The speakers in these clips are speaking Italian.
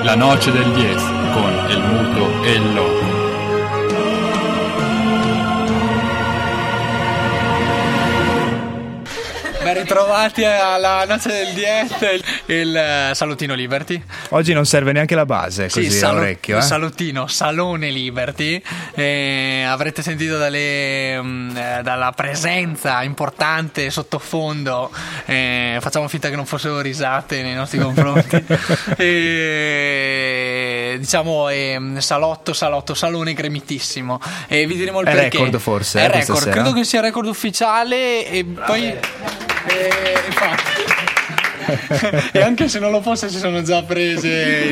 La noce del 10 con el muto e il loco. Ben ritrovati alla noce del 10, il salutino Liberty. Oggi non serve neanche la base, così a orecchio. Il salutino, salone Liberty. Avrete sentito dalla presenza importante sottofondo. Facciamo finta che non fossero risate nei nostri confronti. Diciamo salotto, salone cremitissimo. Vi diremo il perché. È record forse. È record, credo che sia il record ufficiale. E poi e anche se non lo fosse si sono già prese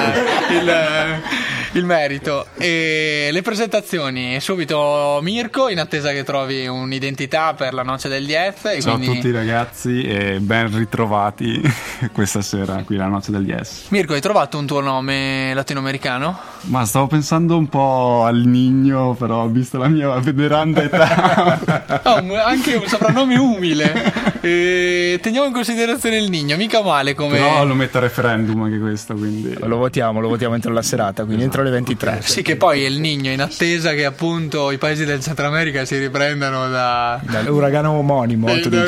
il merito. E le presentazioni subito. Mirko, in attesa che trovi un'identità per la noce del 10. Ciao a tutti ragazzi e ben ritrovati questa sera qui alla noce del 10. Mirko, hai trovato un tuo nome latinoamericano? Ma stavo pensando un po' al Nigno, però visto la mia veneranda età anche un soprannome umile. Teniamo in considerazione il Nigno, mica male come. Però lo metto a referendum anche questo, quindi lo votiamo entro la serata, quindi entro le 23. Sì, che poi è il Nigno in attesa che appunto i paesi del Centro America si riprendano dall'uragano omonimo.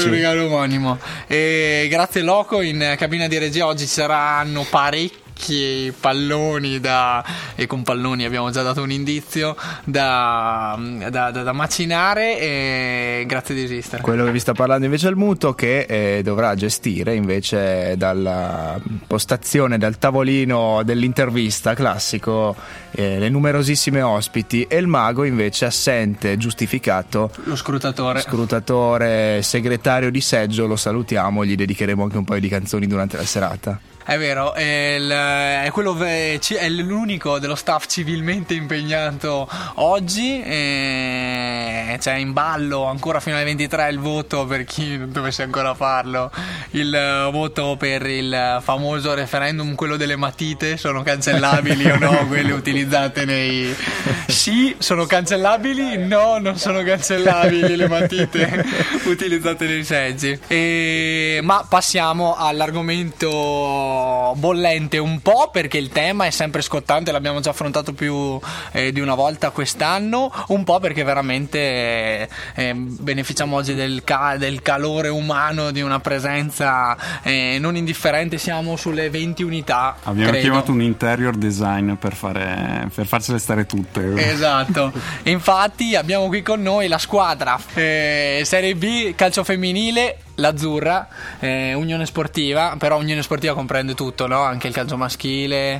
E grazie Loco, in cabina di regia oggi ci saranno parecchi palloni e con palloni abbiamo già dato un indizio da macinare, e grazie di esistere. Quello che vi sta parlando invece è il muto, che dovrà gestire invece dalla postazione, dal tavolino dell'intervista classico, le numerosissime ospiti, e il mago invece assente, giustificato, lo scrutatore segretario di seggio. Lo salutiamo, gli dedicheremo anche un paio di canzoni durante la serata. È vero, è l'unico dello staff civilmente impegnato oggi. C'è in ballo ancora fino alle 23 il voto, per chi dovesse ancora farlo, il voto per il famoso referendum, quello delle matite. Sono cancellabili o no quelle utilizzate nei. Sì, sono cancellabili, no, non sono cancellabili le matite utilizzate nei seggi. Ma passiamo all'argomento bollente un po', perché il tema è sempre scottante, l'abbiamo già affrontato più di una volta quest'anno, un po' perché veramente beneficiamo oggi del calore umano, di una presenza non indifferente. Siamo sulle 20 unità. Abbiamo chiamato un interior design per farcele stare tutte. Esatto. Infatti abbiamo qui con noi la squadra Serie B calcio femminile, l'Azzurra, Unione Sportiva. Però Unione Sportiva comprende tutto, no? Anche il calcio maschile,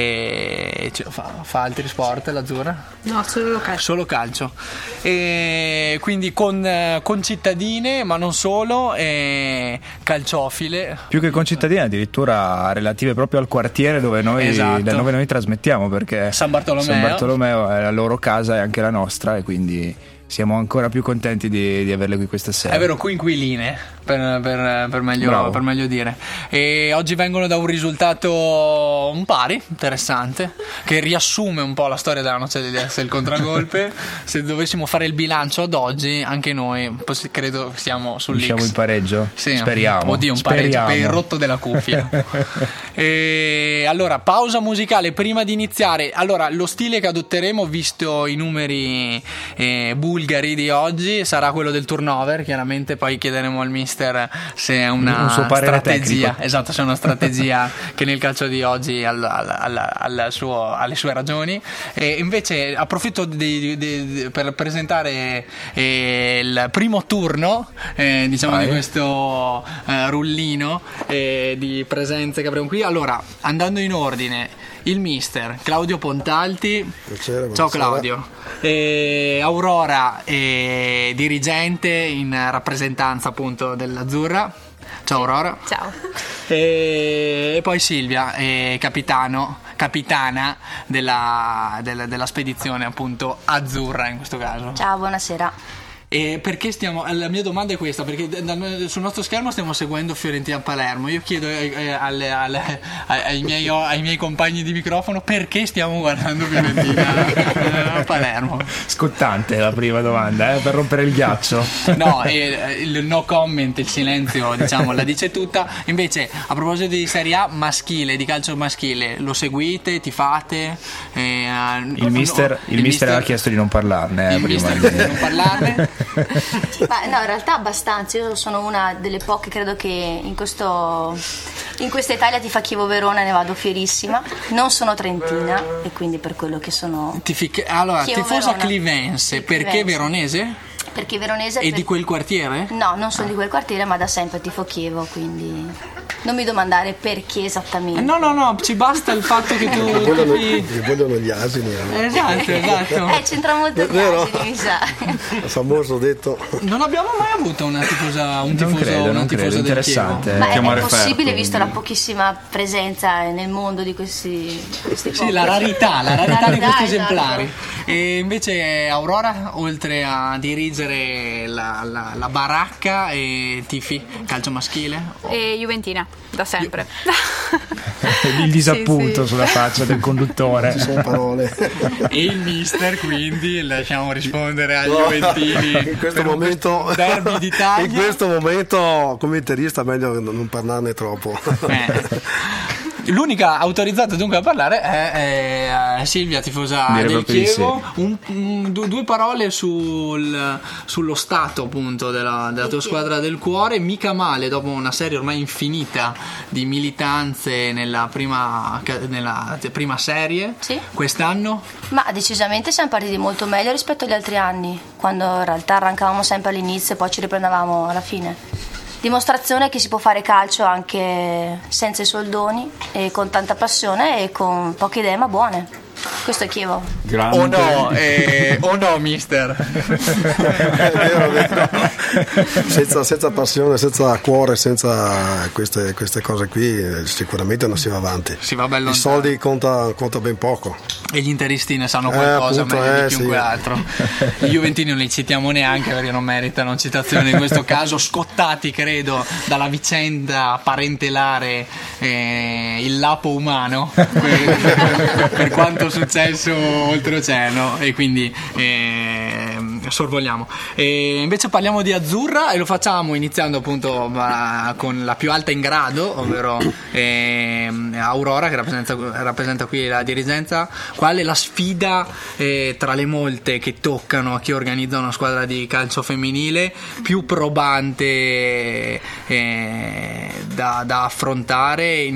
fa altri sport l'Azzurra? No, solo calcio. E quindi con cittadine, ma non solo, calciofile. Più che concittadine, addirittura relative proprio al quartiere dove noi, esatto, da dove noi trasmettiamo, perché San Bartolomeo è la loro casa e anche la nostra, e quindi siamo ancora più contenti di averle qui questa sera. È vero, coinquiline per meglio dire. E oggi vengono da un risultato un pari interessante, che riassume un po' la storia della noce del 10, il contragolpe. Se dovessimo fare il bilancio ad oggi, anche noi credo siamo sull'X. Siamo in pareggio? Sì. Speriamo. Oddio, un pareggio per il rotto della cuffia. E allora, pausa musicale prima di iniziare. Allora, lo stile che adotteremo, visto i numeri bulgari di oggi, sarà quello del turnover. Chiaramente poi chiederemo al mister se è una suo parere strategia tecnico. Esatto, se è una strategia che nel calcio di oggi alle sue ragioni. E invece approfitto per presentare il primo turno, diciamo, di questo rullino di presenze che avremo qui. Allora, andando in ordine, il mister Claudio Pontalti. Piacere, ciao Claudio. Aurora, dirigente in rappresentanza appunto dell'Azzurra. Ciao Aurora. Ciao. E poi Silvia, capitana della spedizione appunto azzurra in questo caso. Ciao, buonasera. E perché la mia domanda è questa, perché sul nostro schermo stiamo seguendo Fiorentina-Palermo. Io chiedo ai miei compagni di microfono perché stiamo guardando Fiorentina-Palermo. Scottante la prima domanda, per rompere il ghiaccio. No, il no comment, il silenzio, diciamo, la dice tutta. Invece, a proposito di Serie A maschile, di calcio maschile, lo seguite, tifate? Il mister aveva chiesto di non parlarne prima di non parlarne. Ma no, in realtà abbastanza. Io sono una delle poche, credo che in questa Italia tifa Chievo-Verona, ne vado fierissima. Non sono trentina e quindi per quello che sono tifosa clivense. Perché veronese? Perché veronese. Di quel quartiere? No, non sono di quel quartiere, ma da sempre tifo Chievo, quindi non mi domandare perché esattamente. No, ci basta il fatto che tu mi vogliono gli asini. Esatto. C'entra molto gli asini, mi sa. Il famoso detto. Non abbiamo mai avuto un tifoso non credo, interessante. Ma è possibile, visto la pochissima presenza nel mondo di questi sì, la rarità di questi esemplari. E invece Aurora, oltre a dirigere la baracca, e tifi calcio maschile? E Juventina, da sempre. Il disappunto sulla faccia del conduttore. Ci sono parole. E il mister, quindi lasciamo rispondere agli juventini. In questo momento derby d'Italia. In questo momento come interista meglio non parlarne troppo. L'unica autorizzata dunque a parlare è Silvia, tifosa del Chievo. Due parole sullo stato appunto della tua squadra del cuore. Mica male dopo una serie ormai infinita di militanze nella prima serie. Sì. Quest'anno? Ma decisamente siamo partiti molto meglio rispetto agli altri anni, quando in realtà arrancavamo sempre all'inizio e poi ci riprendevamo alla fine. Dimostrazione che si può fare calcio anche senza i soldoni e con tanta passione e con poche idee ma buone. Questo è Chievo. Grande. O no, mister. È vero. Senza passione, senza cuore, senza queste cose qui sicuramente non si va avanti. Si va bello. I soldi conta ben poco. E gli interisti ne sanno qualcosa meglio di chiunque altro. Gli juventini non li citiamo neanche perché non meritano citazione in questo caso, scottati credo dalla vicenda parentelare il lapo umano per quanto successo oltreoceano, e quindi sorvoliamo. Invece parliamo di azzurra e lo facciamo iniziando appunto con la più alta in grado, ovvero Aurora, che rappresenta qui la dirigenza. Qual è la sfida tra le molte che toccano a chi organizza una squadra di calcio femminile più probante da affrontare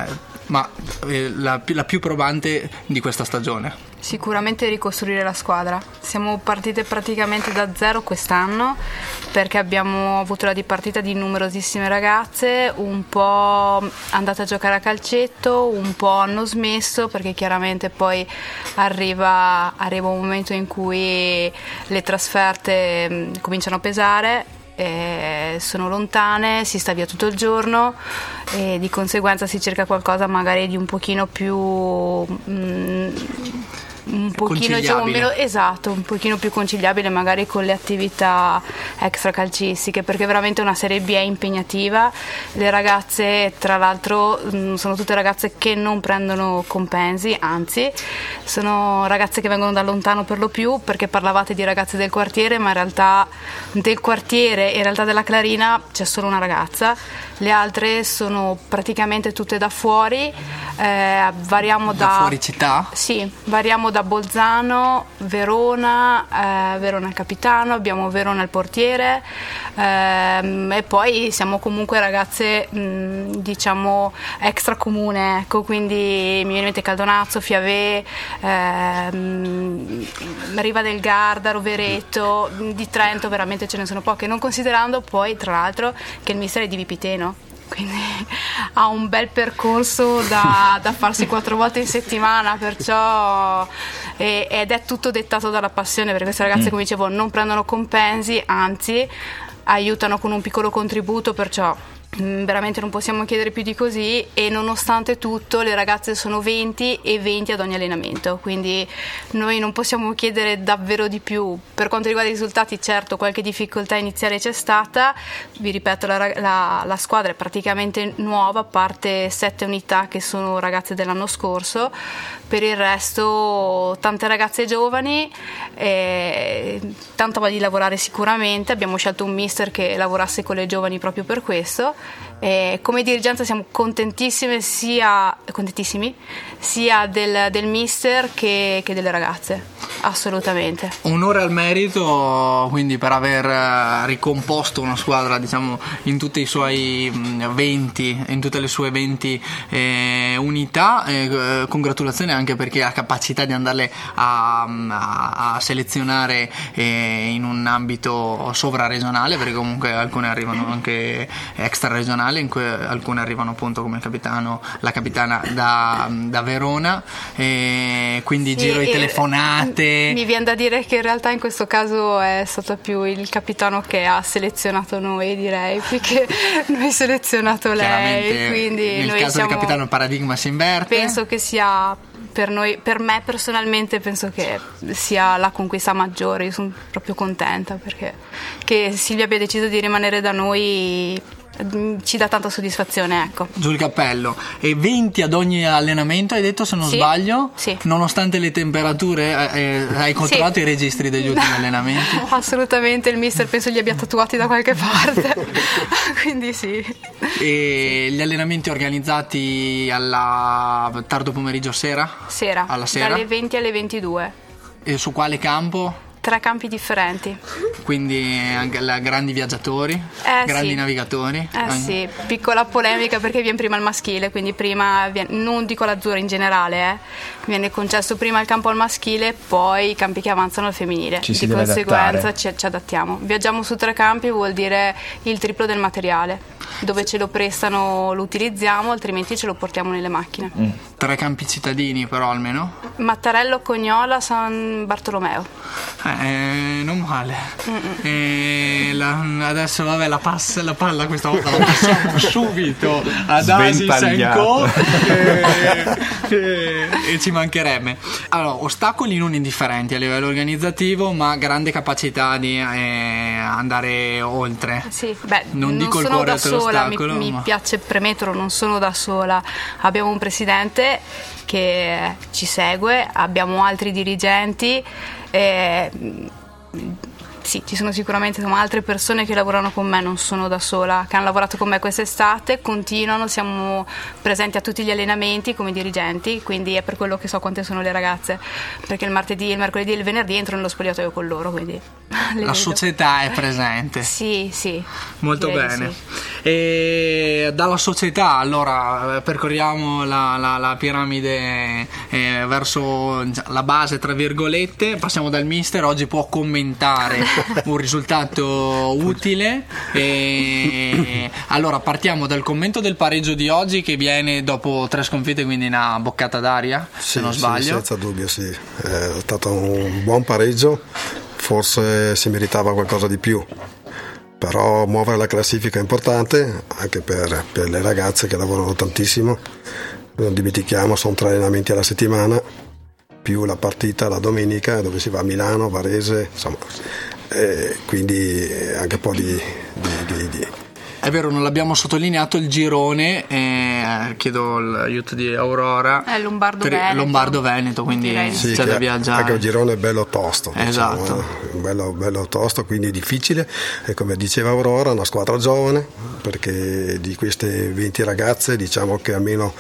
la più probante di questa stagione? Sicuramente ricostruire la squadra. Siamo partite praticamente da zero quest'anno perché abbiamo avuto la dipartita di numerosissime ragazze, un po' andate a giocare a calcetto, un po' hanno smesso perché chiaramente poi arriva un momento in cui le trasferte cominciano a pesare. Sono lontane, si sta via tutto il giorno e di conseguenza si cerca qualcosa magari di un pochino più un pochino, diciamo, meno, esatto, un pochino più conciliabile magari con le attività extracalcistiche, perché veramente una Serie B è impegnativa. Le ragazze, tra l'altro, sono tutte ragazze che non prendono compensi, anzi sono ragazze che vengono da lontano per lo più, perché parlavate di ragazze del quartiere, ma in realtà del quartiere e in realtà della Clarina c'è solo una ragazza, le altre sono praticamente tutte da fuori. Variamo da fuori città? Sì, variamo da Bolzano, Verona, Verona Capitano, abbiamo Verona il portiere, e poi siamo comunque ragazze diciamo extracomune, ecco, quindi mi viene in mente Caldonazzo, Fiavè, Riva del Garda, Rovereto, di Trento veramente ce ne sono poche, non considerando poi tra l'altro che il mister è di Vipiteno, quindi ha un bel percorso da farsi 4 volte in settimana, perciò ed è tutto dettato dalla passione, perché queste ragazze, come dicevo, non prendono compensi, anzi aiutano con un piccolo contributo, perciò veramente non possiamo chiedere più di così, e nonostante tutto le ragazze sono 20 e 20 ad ogni allenamento, quindi noi non possiamo chiedere davvero di più. Per quanto riguarda i risultati, certo qualche difficoltà iniziale c'è stata, vi ripeto la squadra è praticamente nuova, a parte 7 unità che sono ragazze dell'anno scorso. Per il resto tante ragazze giovani, tanta voglia di lavorare sicuramente. Abbiamo scelto un mister che lavorasse con le giovani proprio per questo. Come dirigenza siamo contentissimi sia del mister che delle ragazze, assolutamente. Onore al merito quindi per aver ricomposto una squadra, diciamo, in tutti i suoi 20, in tutte le sue 20 unità. Congratulazioni anche perché ha capacità di andarle a selezionare in un ambito sovraregionale, perché comunque alcune arrivano anche extraregionali, in cui alcune arrivano appunto come la capitana da Verona, quindi sì, giro di telefonate. Mi viene da dire che in realtà in questo caso è stato più il capitano che ha selezionato noi, direi, più che noi selezionato lei. Quindi nel noi caso del capitano il paradigma si inverte. Penso che sia per me personalmente, penso che sia la conquista maggiore. Io sono proprio contenta perché che Silvia abbia deciso di rimanere da noi ci dà tanta soddisfazione, ecco. Giù il cappello. E 20 ad ogni allenamento, hai detto, se non sbaglio? Sì. Nonostante le temperature, hai controllato i registri degli ultimi allenamenti? Assolutamente, il mister penso li abbia tatuati da qualche parte. Quindi sì. E gli allenamenti organizzati alla tardo pomeriggio, sera? Alla sera? Dalle 20 alle 22. E su quale campo? 3 campi differenti. Quindi anche grandi viaggiatori, grandi navigatori. Sì, piccola polemica perché viene prima il maschile, quindi prima non dico l'azzurro in generale, viene concesso prima il campo al maschile, poi i campi che avanzano al femminile. Di conseguenza ci adattiamo. Viaggiamo su 3 campi, vuol dire il triplo del materiale. Dove ce lo prestano lo utilizziamo, altrimenti ce lo portiamo nelle macchine. 3 campi cittadini però almeno? Mattarello, Cognola, San Bartolomeo. Non male. Adesso vabbè, la palla questa volta la passiamo subito ad Asi Senko e ci mancherebbe. Allora, ostacoli non indifferenti a livello organizzativo, ma grande capacità di andare oltre. Sì, non dico il cuore oltre l'ostacolo. Mi piace premetterlo, non sono da sola. Abbiamo un presidente che ci segue, abbiamo altri dirigenti. Sì, ci sono sicuramente altre persone che lavorano con me, non sono da sola, che hanno lavorato con me quest'estate, continuano, siamo presenti a tutti gli allenamenti come dirigenti, quindi è per quello che so quante sono le ragazze, perché il martedì, il mercoledì e il venerdì entro nello spogliatoio con loro, quindi la società è presente. Sì. Molto bene. Sì. E dalla società allora percorriamo la piramide verso la base, tra virgolette, passiamo dal mister. Oggi può commentare un risultato utile, e allora partiamo dal commento del pareggio di oggi, che viene dopo 3 sconfitte, quindi una boccata d'aria, se non sbaglio. Sì, senza dubbio, sì, è stato un buon pareggio, forse si meritava qualcosa di più, però muovere la classifica è importante anche per le ragazze che lavorano tantissimo. Non dimentichiamo, sono 3 allenamenti alla settimana più la partita la domenica dove si va a Milano, Varese, insomma, quindi anche un po' di È vero, non l'abbiamo sottolineato, il girone, chiedo l'aiuto di Aurora, è Lombardo-Veneto, quindi sì, c'è da viaggiare. Anche un girone bello tosto, esatto, diciamo, bello tosto, quindi difficile, e come diceva Aurora, una squadra giovane, perché di queste 20 ragazze diciamo che almeno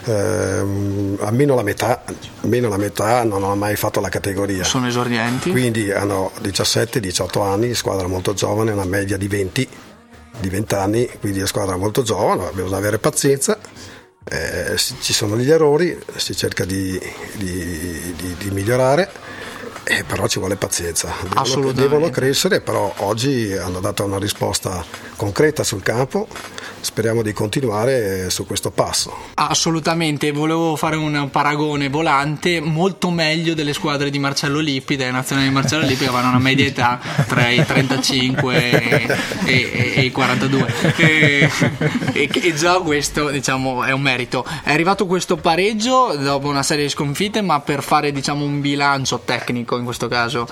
la metà non ha mai fatto la categoria. Sono esordienti. Quindi hanno 17-18 anni, squadra molto giovane, una media di 20 anni, quindi è una squadra molto giovane, bisogna avere pazienza, ci sono gli errori, si cerca di migliorare, però ci vuole pazienza, devono crescere, però oggi hanno dato una risposta concreta sul campo. Speriamo di continuare su questo passo. Assolutamente, volevo fare un paragone volante, molto meglio delle squadre di Marcello Lippi, delle nazionali di Marcello Lippi, che avevano una media età tra i 35 e i 42 e già questo, diciamo, è un merito. È arrivato questo pareggio dopo una serie di sconfitte, ma per fare, diciamo, un bilancio tecnico in questo caso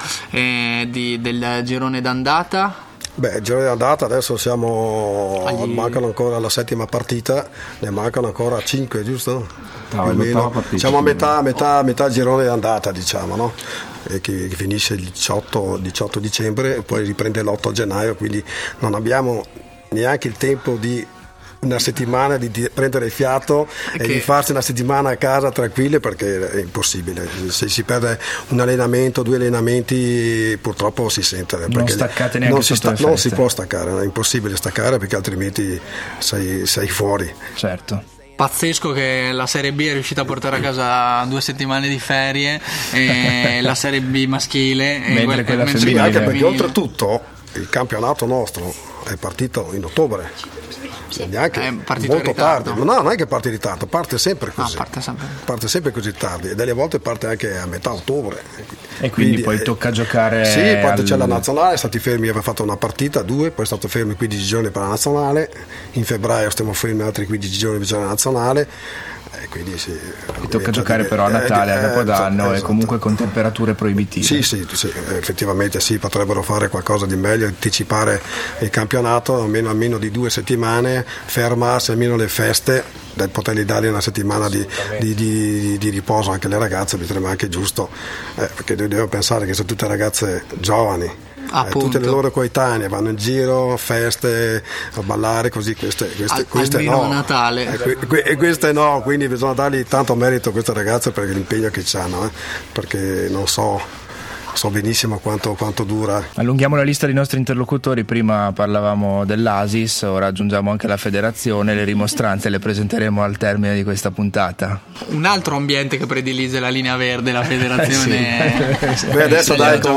del girone d'andata. Il girone d'andata adesso mancano ancora la settima partita, ne mancano ancora 5, giusto? Siamo a metà girone d'andata, diciamo, no? E che finisce il 18 dicembre e poi riprende l'8 gennaio, quindi non abbiamo neanche il tempo di una settimana di prendere il fiato e di farsi una settimana a casa tranquille, perché è impossibile. Se si perde un allenamento, 2 allenamenti, purtroppo si sente, perché non staccate neanche non si può staccare, è impossibile staccare, perché altrimenti sei fuori. Certo. Pazzesco che la Serie B è riuscita a portare a casa 2 settimane di ferie, e la Serie B maschile, mentre quella femminile. Sì, anche perché oltretutto il campionato nostro è partito in ottobre. Neanche molto tardi, ma no, non è che parte in ritardo, parte sempre così. Parte sempre così tardi, e delle volte parte anche a metà ottobre. E quindi poi tocca giocare. Sì, poi c'è la nazionale, stati fermi, aveva fatto una partita, 2, poi è stato fermi 15 giorni per la nazionale. In febbraio stiamo fermi altri 15 giorni per la nazionale. Quindi tocca giocare però a Natale, a Capodanno, esatto. E comunque con temperature proibitive. Sì, effettivamente sì, potrebbero fare qualcosa di meglio, anticipare il campionato almeno di 2 settimane, fermarsi almeno le feste, per potergli dare una settimana di riposo anche alle ragazze. Mi sembra anche giusto, perché devo pensare che sono tutte ragazze giovani. Tutte le loro coetanee vanno in giro, feste, a ballare, così queste no. A Natale. E queste no, quindi bisogna dargli tanto merito a queste ragazze per l'impegno che hanno, perché non so benissimo quanto dura. Allunghiamo la lista dei nostri interlocutori. Prima parlavamo dell'Asis, ora aggiungiamo anche la federazione. Le rimostranze le presenteremo al termine di questa puntata. Un altro ambiente che predilige la linea verde, la federazione. Adesso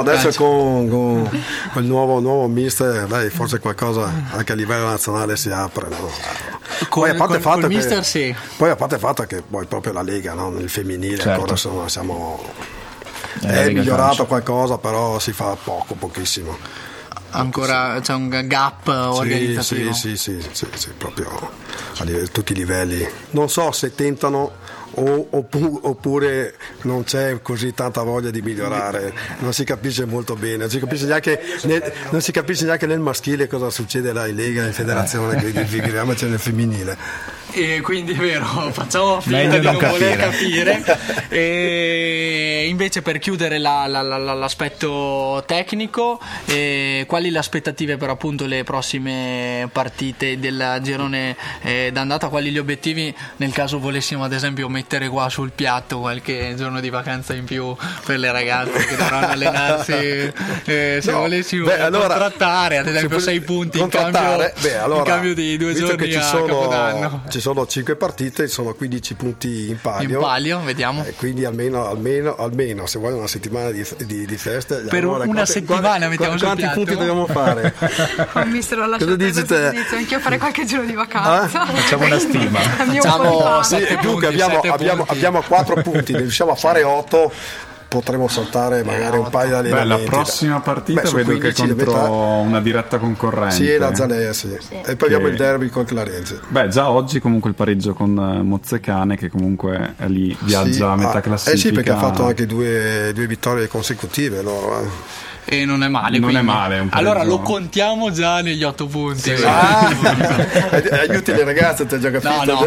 con il nuovo mister, forse qualcosa anche a livello nazionale si apre, no? Poi a parte il fatto che poi proprio la Lega, no? Nel femminile, certo. Ancora siamo è migliorato qualcosa, però si fa pochissimo. Ancora c'è un gap organizzativo. Sì, proprio a tutti i livelli. Non so se tentano oppure non c'è così tanta voglia di migliorare, non si capisce molto bene, non si capisce neanche nel maschile cosa succede là in Lega, in federazione, quindi figuriamoci nel femminile. E quindi è vero, facciamo finta di non voler capire. E invece, per chiudere l'aspetto tecnico, quali le aspettative per appunto le prossime partite del girone d'andata? Quali gli obiettivi nel caso volessimo ad esempio mettere qua sul piatto qualche giorno di vacanza in più per le ragazze che dovranno allenarsi? Se volessimo contrattare ad esempio 6 punti in cambio di 2 giorni a Capodanno. Ci sono 5 partite, sono 15 punti in palio, vediamo. Quindi almeno se vuoi una settimana di feste. Per una settimana mettiamo sul quanti piatto. Punti dobbiamo fare? Cosa dici te? Anch'io fare qualche giorno di vacanza. Facciamo una stima. È più che abbiamo 4 punti, ne riusciamo a fare 8. Potremo saltare magari un paio di allenamenti. La prossima partita vedo che contro una diretta concorrente. Sì, la Zalea, sì. E poi abbiamo il derby con Clarenze. Già oggi comunque il pareggio con Mozzecane, che comunque è lì, viaggia a metà classifica. Sì, perché ha fatto anche due vittorie consecutive loro. E non è male. Non è male. Allora lo contiamo già negli 8 punti. Sì. Aiuti le ragazze, ti ho già capito. No,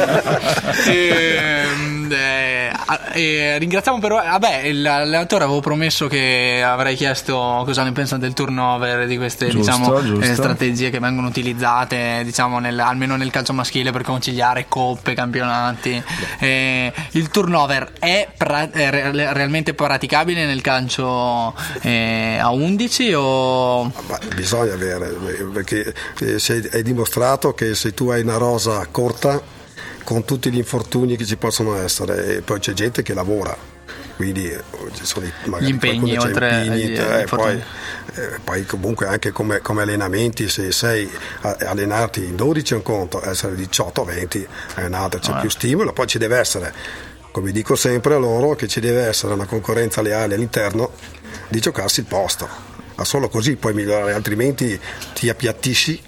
ringraziamo però. L'allenatore avevo promesso che avrei chiesto cosa ne pensa del turnover, di queste giusto. Strategie che vengono utilizzate, diciamo, almeno nel calcio maschile, per conciliare coppe, campionati. Il turnover è realmente praticabile nel calcio a 11 o? Bisogna avere, perché è dimostrato che se tu hai una rosa corta con tutti gli infortuni che ci possono essere, e poi c'è gente che lavora, quindi ci sono magari gli impegni oltre impegni, poi comunque anche come allenamenti, se sei allenarti in 12 è un conto, essere 18-20 è un altro, c'è più stimolo, poi ci deve essere, come dico sempre a loro, che ci deve essere una concorrenza leale all'interno di giocarsi il posto, ma solo così puoi migliorare, altrimenti ti appiattisci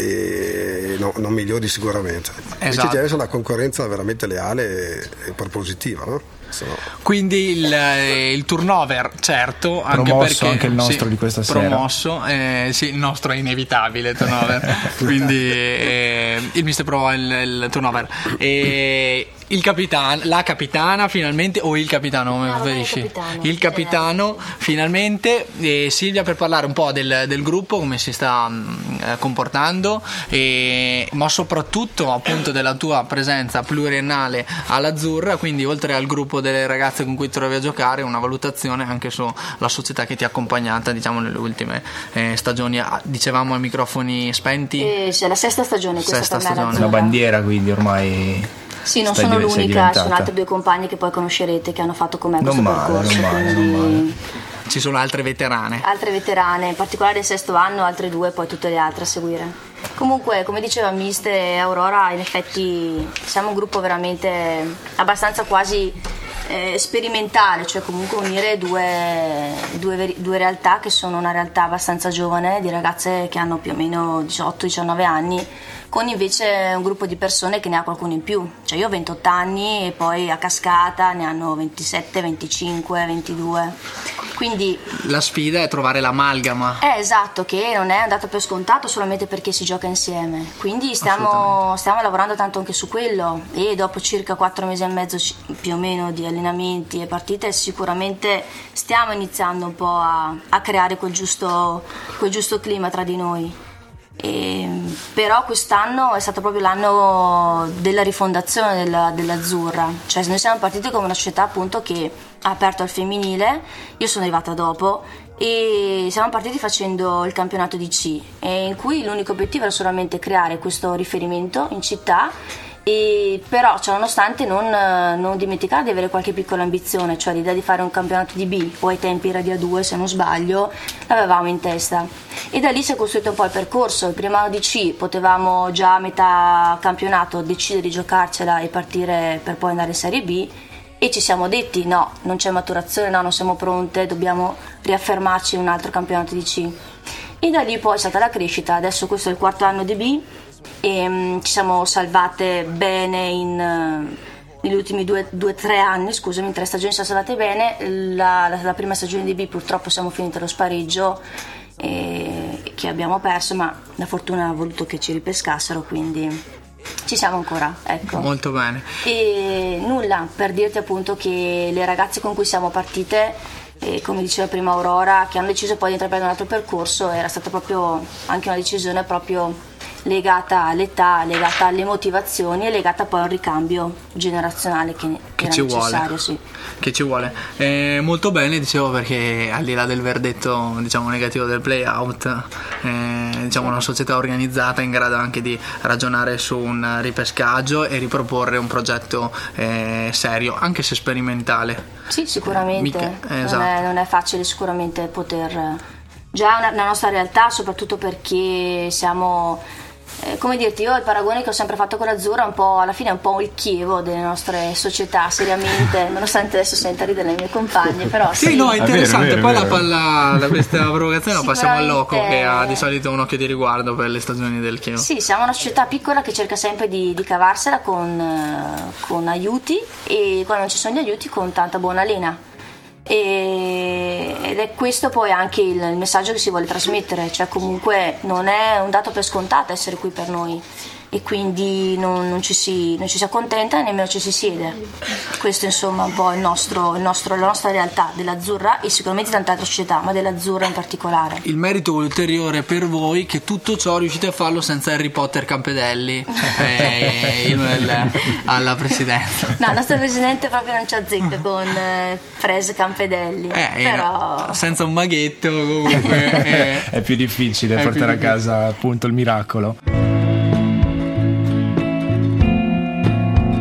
e non migliori sicuramente. Invece deve essere una concorrenza veramente leale e propositiva, no? Quindi il turnover, certo, anche promosso, perché anche il nostro di questa sera. Promosso, sì, il nostro è inevitabile turnover. Quindi il mister prova il turnover. Il capitano, la capitana finalmente, o il capitano, come preferisci? Il capitano finalmente, Silvia, per parlare un po' del gruppo, come si sta comportando, ma soprattutto appunto della tua presenza pluriennale all'Azzurra, quindi oltre al gruppo delle ragazze con cui ti trovi a giocare, una valutazione anche sulla società che ti ha accompagnata, diciamo, nelle ultime stagioni. Dicevamo ai microfoni spenti. C'è la sesta stagione questa stagione. Una bandiera, quindi ormai. Sì, non sono l'unica, ci sono altre due compagne che poi conoscerete che hanno fatto con me questo percorso. Non male. Ci sono altre veterane. Altre veterane, in particolare del sesto anno, altre due, poi tutte le altre a seguire. Comunque, come diceva mister e Aurora, in effetti siamo un gruppo veramente abbastanza quasi sperimentale, cioè comunque unire due realtà che sono una realtà abbastanza giovane, di ragazze che hanno più o meno 18-19 anni, con invece un gruppo di persone che ne ha qualcuno in più, cioè io ho 28 anni e poi a cascata ne hanno 27, 25, 22, quindi la sfida è trovare l'amalgama. Esatto, che non è dato per scontato solamente perché si gioca insieme, quindi stiamo lavorando tanto anche su quello, e dopo circa 4 mesi e mezzo più o meno di allenamenti e partite sicuramente stiamo iniziando un po' a creare quel giusto clima tra di noi. Però quest'anno è stato proprio l'anno della rifondazione dell'Azzurra, cioè noi siamo partiti come una società appunto che ha aperto al femminile, io sono arrivata dopo e siamo partiti facendo il campionato di C, in cui l'unico obiettivo era solamente creare questo riferimento in città. Però nonostante non dimenticare di avere qualche piccola ambizione, cioè l'idea di fare un campionato di B, o ai tempi era di A2 se non sbaglio, l'avevamo in testa, e da lì si è costruito un po' il percorso. Il primo anno di C potevamo già a metà campionato decidere di giocarcela e partire per poi andare in Serie B, e ci siamo detti no, non c'è maturazione, no, non siamo pronte, dobbiamo riaffermarci in un altro campionato di C, e da lì poi è stata la crescita. Adesso questo è il quarto anno di B e ci siamo salvate bene negli ultimi 2-3 anni, scusami, in 3 stagioni siamo salvate bene. La prima stagione di B purtroppo siamo finite allo spareggio che abbiamo perso, ma la fortuna ha voluto che ci ripescassero, quindi ci siamo ancora, ecco. Molto bene. E nulla, per dirti appunto che le ragazze con cui siamo partite, come diceva prima Aurora, che hanno deciso poi di intraprendere un altro percorso, era stata proprio anche una decisione proprio legata all'età, legata alle motivazioni e legata poi a un ricambio generazionale che era ci necessario, vuole. sì. Che ci vuole. Molto bene, dicevo, perché al di là del verdetto, diciamo, negativo del play out, diciamo una società organizzata in grado anche di ragionare su un ripescaggio e riproporre un progetto serio, anche se sperimentale. Sì, sicuramente. Esatto. Non è facile sicuramente poter già la nostra realtà, soprattutto perché siamo, come dirti, io il paragone che ho sempre fatto con l'Azzurra un po', alla fine è un po' il Chievo delle nostre società, seriamente, nonostante adesso senta ridere le mie compagne, però sì, no, è interessante. Vero, poi vero. da questa provocazione passiamo al Loco, che ha di solito un occhio di riguardo per le stagioni del Chievo. Sì, siamo una società piccola che cerca sempre di cavarsela con aiuti, e quando non ci sono gli aiuti con tanta buona lena. Ed è questo poi anche il messaggio che si vuole trasmettere, cioè comunque non è un dato per scontato essere qui per noi, e quindi non ci si accontenta e nemmeno ci si siede. Questo insomma è un po' la nostra realtà dell'Azzurra, e sicuramente tante altre società, ma dell'Azzurra in particolare. Il merito ulteriore per voi che tutto ciò riuscite a farlo senza Harry Potter Campedelli alla presidenza. No, il nostro presidente proprio non ci azzecca con Frese Campedelli, però no, senza un maghetto comunque è più difficile portare a casa appunto il miracolo.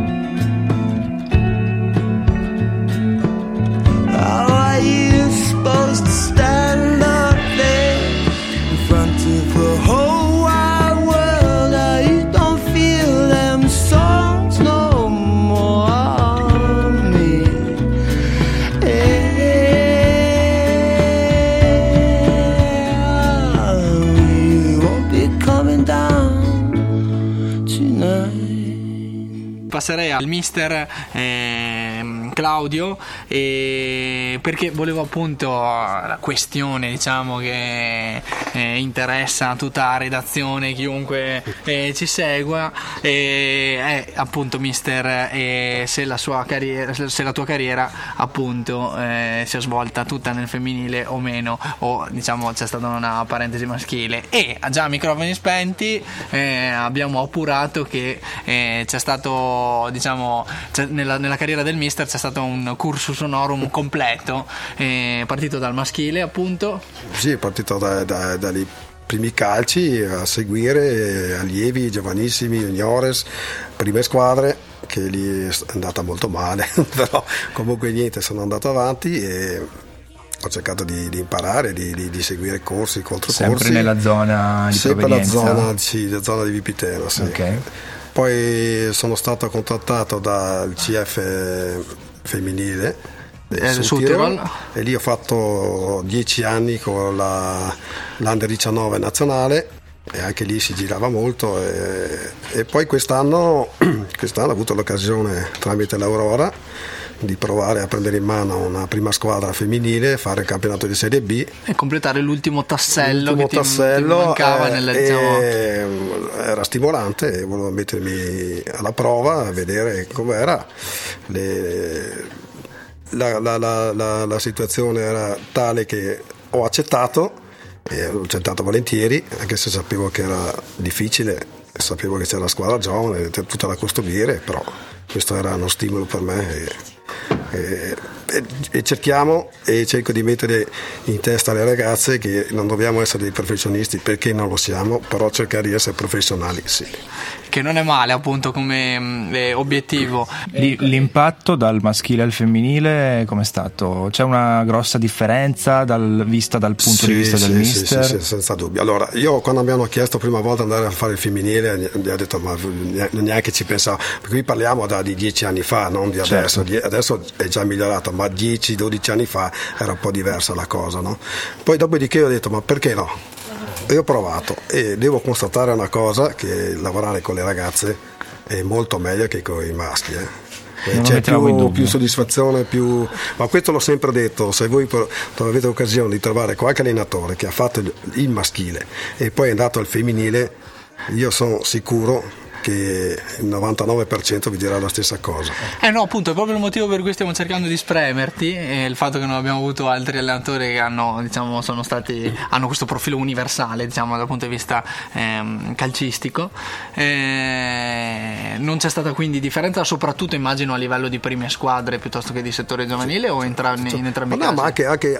passerei al mister Claudio, perché volevo appunto la questione, diciamo, che interessa tutta la redazione, chiunque ci segua, appunto mister, se la tua carriera appunto si è svolta tutta nel femminile o meno, o diciamo c'è stata una parentesi maschile. E già a microfoni spenti abbiamo appurato che c'è stato, diciamo, nella carriera del mister c'è stato un cursus honorum completo, partito dal maschile appunto. Sì, è partito dai primi calci a seguire, allievi, giovanissimi, juniores, prime squadre, che lì è andata molto male, però comunque niente, sono andato avanti e ho cercato di imparare, di seguire corsi, controcorsi. Sempre nella zona di provenienza? Sempre la zona di Vipiteno, sì. Okay. Poi sono stato contattato dal CF femminile Tirol, e lì ho fatto 10 anni con l'Under 19 nazionale, e anche lì si girava molto, e poi quest'anno ho avuto l'occasione tramite l'Aurora di provare a prendere in mano una prima squadra femminile, fare il campionato di Serie B e completare l'ultimo tassello che ti mancava era stimolante e volevo mettermi alla prova a vedere com'era. La situazione era tale che ho accettato, e ho accettato volentieri, anche se sapevo che era difficile, sapevo che c'era la squadra giovane, tutta da costruire, però questo era uno stimolo per me e cerco di mettere in testa alle ragazze che non dobbiamo essere dei professionisti, perché non lo siamo, però cercare di essere professionali sì, che non è male appunto come obiettivo. L'impatto dal maschile al femminile com'è stato? C'è una grossa differenza vista dal punto di vista del mister? Sì, senza dubbio. Allora, io quando mi hanno chiesto prima volta di andare a fare il femminile, gli ho detto ma neanche ci pensavo, perché qui parliamo di 10 anni fa, non di adesso. Certo. Adesso è già migliorato, ma 10-12 anni fa era un po' diversa la cosa, no? Poi dopodiché ho detto ma perché no? E ho provato, e devo constatare una cosa, che lavorare con le ragazze è molto meglio che con i maschi, c'è più soddisfazione, ma questo l'ho sempre detto. Se voi avete occasione di trovare qualche allenatore che ha fatto il maschile e poi è andato al femminile, io sono sicuro che il 99% vi dirà la stessa cosa. No, appunto, è proprio il motivo per cui stiamo cercando di spremerti, il fatto che non abbiamo avuto altri allenatori che hanno, diciamo, hanno questo profilo universale, diciamo, dal punto di vista calcistico. Non c'è stata quindi differenza, soprattutto immagino a livello di prime squadre piuttosto che di settore giovanile, o in entrambi i casi? No, ma anche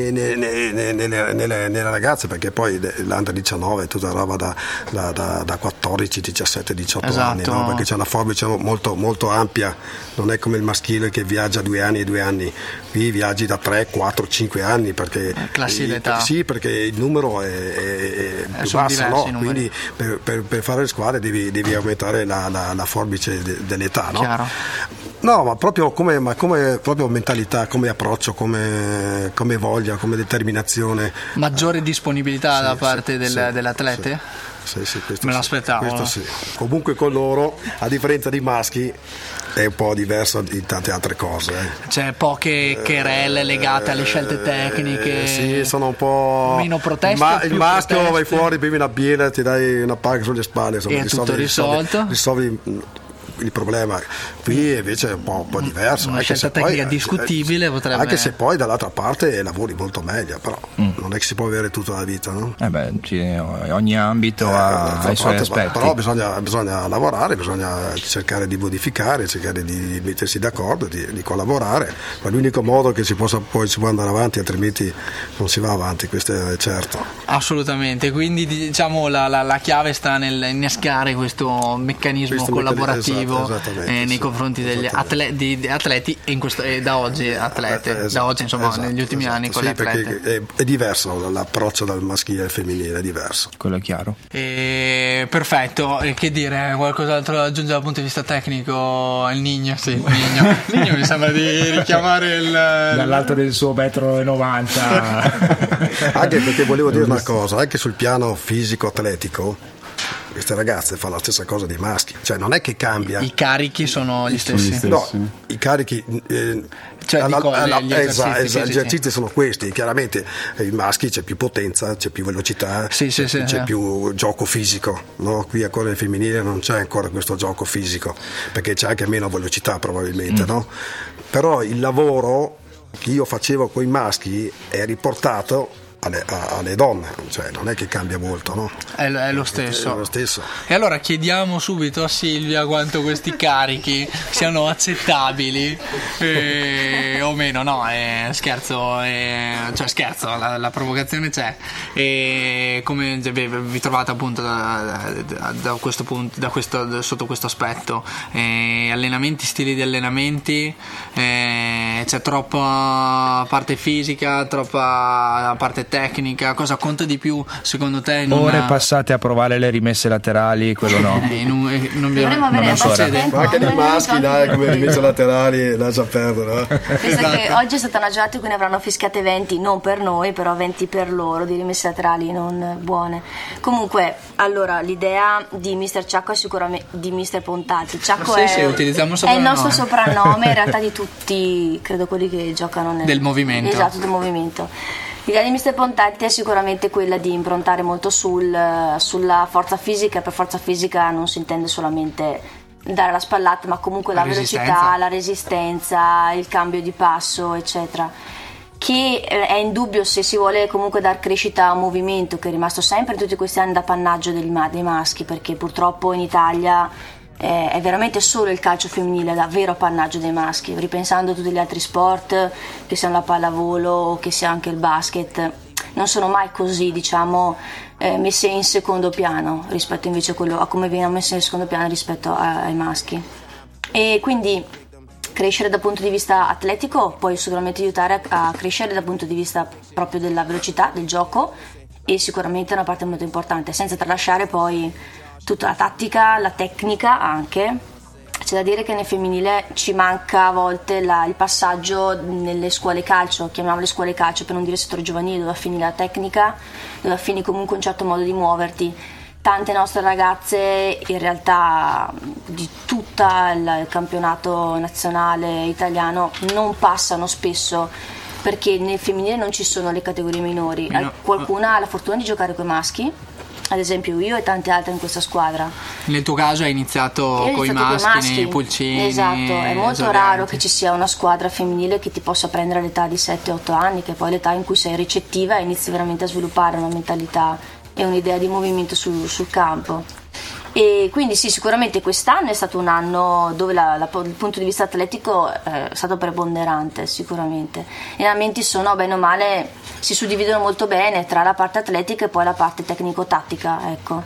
nelle ragazze, perché poi l'Under 19 è tutta roba da 14, 17, 18 esatto. anni, no? Perché c'è una forbice molto, molto ampia, non è come il maschile che viaggia 2 anni e 2 anni, qui viaggi da 3, 4, 5 anni, perché classi d'età. Sì, perché il numero è più basso, no? Quindi per fare le squadre devi aumentare la forbice dell'età, no? Chiaro. No, ma proprio come proprio mentalità, come approccio, come voglia, come determinazione. Maggiore disponibilità da parte dell'atlete? Sì, questo me l'aspettavo. Questo sì. Comunque con loro, a differenza dei maschi, è un po' diverso di tante altre cose. C'è poche querelle legate alle scelte tecniche. Sì, sono un po' meno proteste. Il maschio vai fuori, bevi una birra, ti dai una paga sulle spalle, insomma, e è tutto risolto. Risolvi il problema. Qui invece è un po' diverso, una scelta tecnica discutibile potrebbe, anche se poi dall'altra parte lavori molto meglio, però non è che si può avere tutta la vita, no? Ogni ambito ha i suoi aspetti, però bisogna lavorare, bisogna cercare di modificare, cercare di mettersi d'accordo, di collaborare, ma l'unico modo che si può andare avanti, altrimenti non si va avanti, questo è certo. Assolutamente, quindi diciamo la chiave sta nel innescare questo meccanismo collaborativo nei confronti degli atleti e da oggi atlete, da oggi insomma negli ultimi anni con le atlete. Perché è diverso l'approccio dal maschile al femminile, è diverso. Quello è chiaro. Perfetto, che dire, qualcos'altro da aggiungere dal punto di vista tecnico? Il Nigno mi sembra di richiamare dall'alto del suo 1,90 m. Anche perché volevo dire una cosa, anche sul piano fisico atletico queste ragazze fanno la stessa cosa dei maschi, cioè non è che cambia. I carichi sono gli stessi. No, i carichi Cioè, gli esercizi gli esercizi sono questi. Chiaramente i maschi c'è più potenza, c'è più velocità, c'è più gioco fisico, no? Qui ancora nel femminile non c'è ancora questo gioco fisico, perché c'è anche meno velocità probabilmente, no? Però il lavoro che io facevo con i maschi è riportato alle donne, cioè non è che cambia molto, no? È lo stesso. È lo stesso. E allora chiediamo subito a Silvia quanto questi carichi siano accettabili o meno. No, scherzo, cioè scherzo, la provocazione c'è. E come vi trovate appunto da questo punto, sotto questo aspetto? Allenamenti, stili di allenamenti, c'è troppa parte fisica, troppa parte tecnica, cosa conta di più secondo te? Ore passate a provare le rimesse laterali, quello no. Non succede. Ma anche nei maschi, dai, come rimesse laterali lascia perdere. Pensa che oggi è stata una giornata in cui ne avranno fischiate 20, non per noi, però 20 per loro, di rimesse laterali non buone. Comunque, allora, l'idea di Mister Ciacco è sicuramente di Mister Pontati. Ciacco è il nostro soprannome, in realtà di tutti, credo quelli che giocano del movimento. Esatto, del movimento. L'idea di Mister Pontati è sicuramente quella di improntare molto sulla forza fisica. Per forza fisica non si intende solamente dare la spallata, ma comunque la velocità, la resistenza, il cambio di passo, eccetera, che è indubbio se si vuole comunque dar crescita a un movimento che è rimasto sempre in tutti questi anni da pannaggio dei maschi, perché purtroppo in Italia è veramente solo il calcio femminile davvero appannaggio dei maschi, ripensando a tutti gli altri sport, che sia la pallavolo o che sia anche il basket, non sono mai così, diciamo, messe in secondo piano rispetto invece a come vengono messe in secondo piano rispetto ai maschi. E quindi crescere dal punto di vista atletico può sicuramente aiutare a crescere dal punto di vista proprio della velocità del gioco, e sicuramente è una parte molto importante, senza tralasciare poi tutta la tattica, la tecnica anche. C'è da dire che nel femminile ci manca a volte il passaggio nelle scuole calcio, chiamiamole scuole calcio per non dire settore giovanile, dove affini la tecnica, dove affini comunque un certo modo di muoverti. Tante nostre ragazze in realtà di tutto il campionato nazionale italiano non passano spesso, perché nel femminile non ci sono le categorie minori. Qualcuna ha la fortuna di giocare con i maschi, ad esempio io e tante altre in questa squadra. Nel tuo caso hai iniziato con i maschi, nei pulcini. Esatto, è molto raro che ci sia una squadra femminile che ti possa prendere all'età di 7-8 anni, che è poi l'età in cui sei ricettiva e inizi veramente a sviluppare una mentalità e un'idea di movimento sul campo. E quindi sì, sicuramente quest'anno è stato un anno dove il punto di vista atletico è stato preponderante, sicuramente. Gli allenamenti sono, bene o male, si suddividono molto bene tra la parte atletica e poi la parte tecnico-tattica, ecco.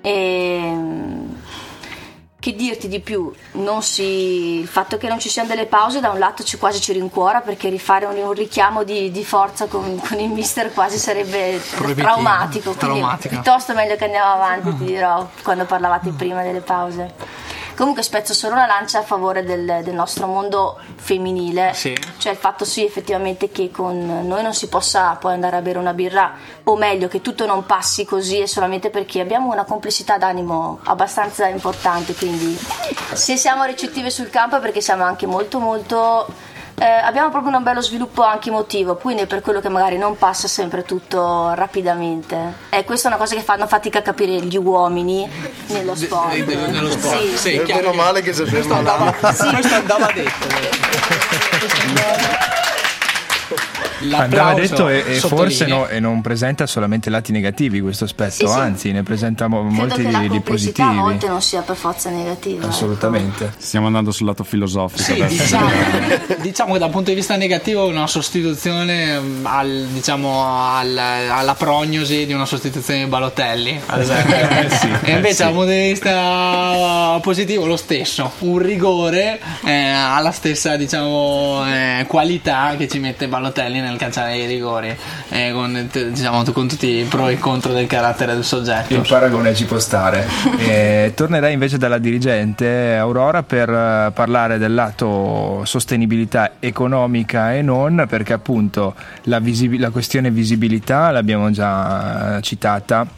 E che dirti di più? Il fatto che non ci siano delle pause da un lato quasi ci rincuora, perché rifare un richiamo di forza con il mister quasi sarebbe traumatico. Piuttosto meglio che andiamo avanti, ti dirò, quando parlavate prima delle pause. Comunque spezzo solo una lancia a favore del nostro mondo femminile, sì. Cioè il fatto sì effettivamente che con noi non si possa poi andare a bere una birra, o meglio che tutto non passi così, è solamente perché abbiamo una complessità d'animo abbastanza importante, quindi se siamo recettive sul campo è perché siamo anche molto abbiamo proprio un bello sviluppo anche emotivo, quindi è per quello che magari non passa sempre tutto rapidamente, e questa è una cosa che fanno fatica a capire gli uomini nello sport. Nello sport. Sì. Meno male che si ferma là. Questo andava detto. Andava detto, e forse non presenta solamente lati negativi questo aspetto, sì. Anzi ne presenta molti di positivi. A volte non sia per forza negativa. Assolutamente. Ecco. Stiamo andando sul lato filosofico. Sì, diciamo che dal punto di vista negativo è una sostituzione alla prognosi di una sostituzione di Balotelli, ad esempio. Sì, e invece dal punto di vista positivo lo stesso, un rigore ha la stessa qualità che ci mette Balotelli nel calciare i rigori, con tutti i pro e i contro del carattere del soggetto. Il paragone ci può stare. Tornerei invece dalla dirigente Aurora per parlare del lato sostenibilità economica e non, perché appunto la questione visibilità l'abbiamo già citata,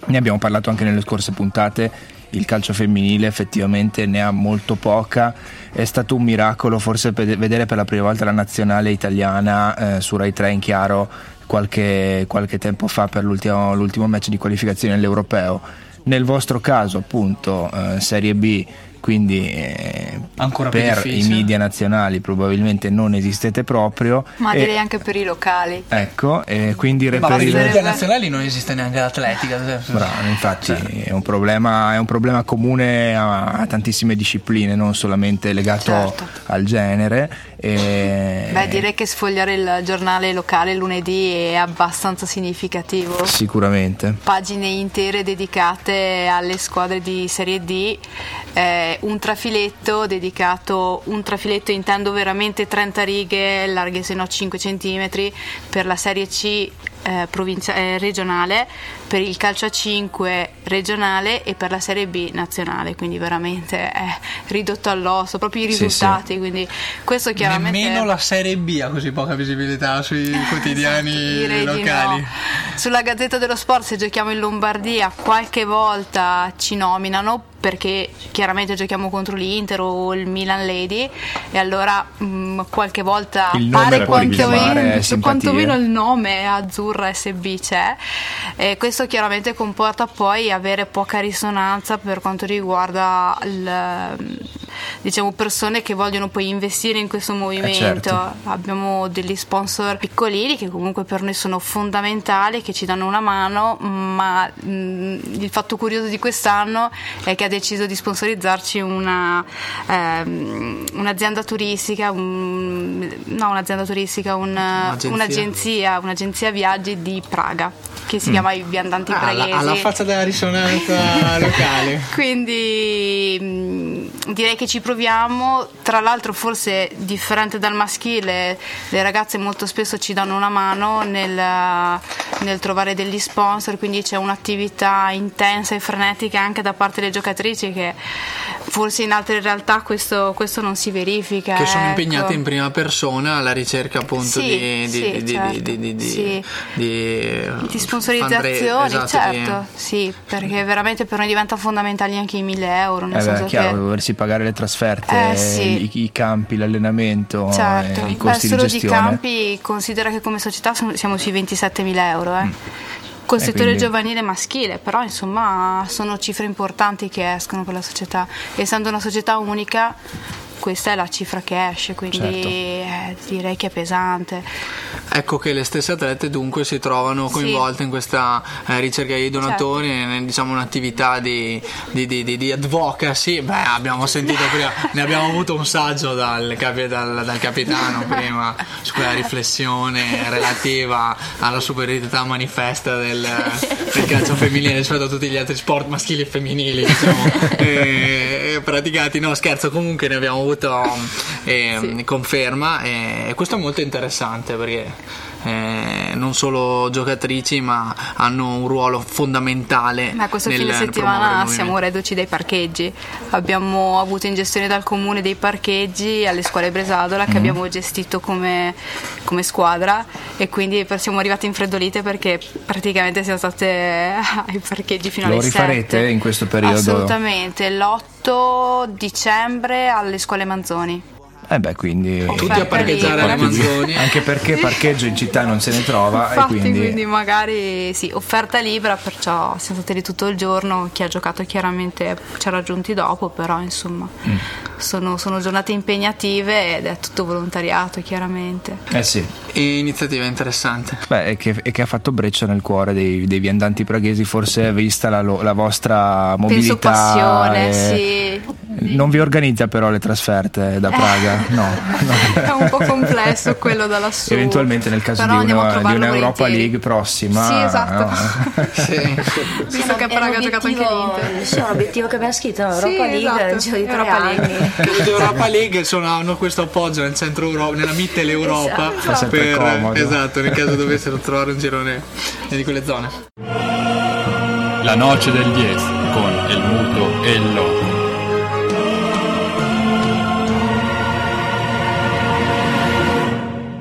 Ne abbiamo parlato anche nelle scorse puntate. Il calcio femminile effettivamente ne ha molto poca. È stato un miracolo forse vedere per la prima volta la nazionale italiana su Rai 3 in chiaro qualche tempo fa per l'ultimo match di qualificazione all'Europeo. Nel vostro caso appunto Serie B, quindi ancora più per difficile. I media nazionali probabilmente non esistete proprio, ma direi anche per i locali. Ecco, quindi Ma per i reperire media nazionali non esiste neanche l'atletica. bravo, infatti è un problema comune a tantissime discipline, non solamente legato Certo. al genere. Direi che sfogliare il giornale locale lunedì è abbastanza significativo. Sicuramente. Pagine intere dedicate alle squadre di Serie D, un trafiletto intendo veramente 30 righe, larghe se no 5 centimetri, per la Serie C regionale, per il calcio a 5 regionale e per la Serie B nazionale, quindi veramente è ridotto all'osso, proprio i risultati, sì. Quindi questo chiaramente nemmeno la Serie B ha così poca visibilità sui quotidiani direi locali. di no. Sulla Gazzetta dello Sport, se giochiamo in Lombardia, qualche volta ci nominano, perché chiaramente giochiamo contro l'Inter o il Milan Lady, e allora qualche volta il nome pare quantomeno il nome Azzurra SB c'è, e questo chiaramente comporta poi avere poca risonanza per quanto riguarda persone che vogliono poi investire in questo movimento. Certo. Abbiamo degli sponsor piccolini che comunque per noi sono fondamentali, che ci danno una mano, ma il fatto curioso di quest'anno è che ha deciso di sponsorizzarci un'azienda turistica, un'agenzia viaggi di Praga, che si chiama I Viandanti Praghesi. Alla faccia della risonanza locale. Quindi direi che ci proviamo. Tra l'altro, forse differente dal maschile, le ragazze molto spesso ci danno una mano nel trovare degli sponsor, quindi c'è un'attività intensa e frenetica anche da parte delle giocatrici, che forse in altre realtà questo non si verifica, che sono impegnate in prima persona alla ricerca appunto di sponsorizzazioni, esatto, certo, sì, perché veramente per noi diventa fondamentali anche i 1.000 euro, nel senso chiaro, che doversi pagare le trasferte, sì. i campi, l'allenamento, certo. i costi solo di gestione. di campi, considera che come società siamo sui 27.000 euro col settore quindi giovanile maschile, però insomma sono cifre importanti che escono per la società, essendo una società unica. Questa è la cifra che esce, quindi direi che è pesante. Ecco che le stesse atlete dunque si trovano coinvolte in questa ricerca di donatori, diciamo un'attività di advocacy. Abbiamo sentito prima, ne abbiamo avuto un saggio dal capitano prima su quella riflessione relativa alla superiorità manifesta del calcio femminile rispetto a tutti gli altri sport maschili e femminili, diciamo, praticati. No, scherzo, comunque ne abbiamo avuto conferma, e questo è molto interessante perché non solo giocatrici ma hanno un ruolo fondamentale. Ma questo fine settimana siamo reduci dai parcheggi, abbiamo avuto in gestione dal comune dei parcheggi alle scuole Bresadola che abbiamo gestito come squadra, e quindi siamo arrivati infreddolite perché praticamente siamo state ai parcheggi fino alle 7. Lo rifarete in questo periodo? Assolutamente, l'8 dicembre alle scuole Manzoni. Quindi tutti a parcheggiare alle Manzoni, anche perché parcheggio in città non se ne trova. Infatti, e quindi magari offerta libera, perciò siamo stati lì tutto il giorno. Chi ha giocato chiaramente ci ha raggiunti dopo, però insomma sono giornate impegnative ed è tutto volontariato, chiaramente. Sì. E iniziativa interessante. E che ha fatto breccia nel cuore dei viandanti praghesi, forse vista la vostra mobilità. Penso passione, sì. Non vi organizza però le trasferte da Praga? No. È un po' complesso quello da lassù. Eventualmente nel caso di una Europa League prossima. Sì, esatto. No. Visto che a Praga ha giocato anche l'Inter. Sì, è un obiettivo che abbiamo scritto, Europa League nel giro di 3 anni. L'Europa League hanno questo appoggio nel centro Europa, nella Mitteleuropa, comodo. nel caso dovessero trovare un girone di quelle zone. La noce del 10 con il muto e il loco.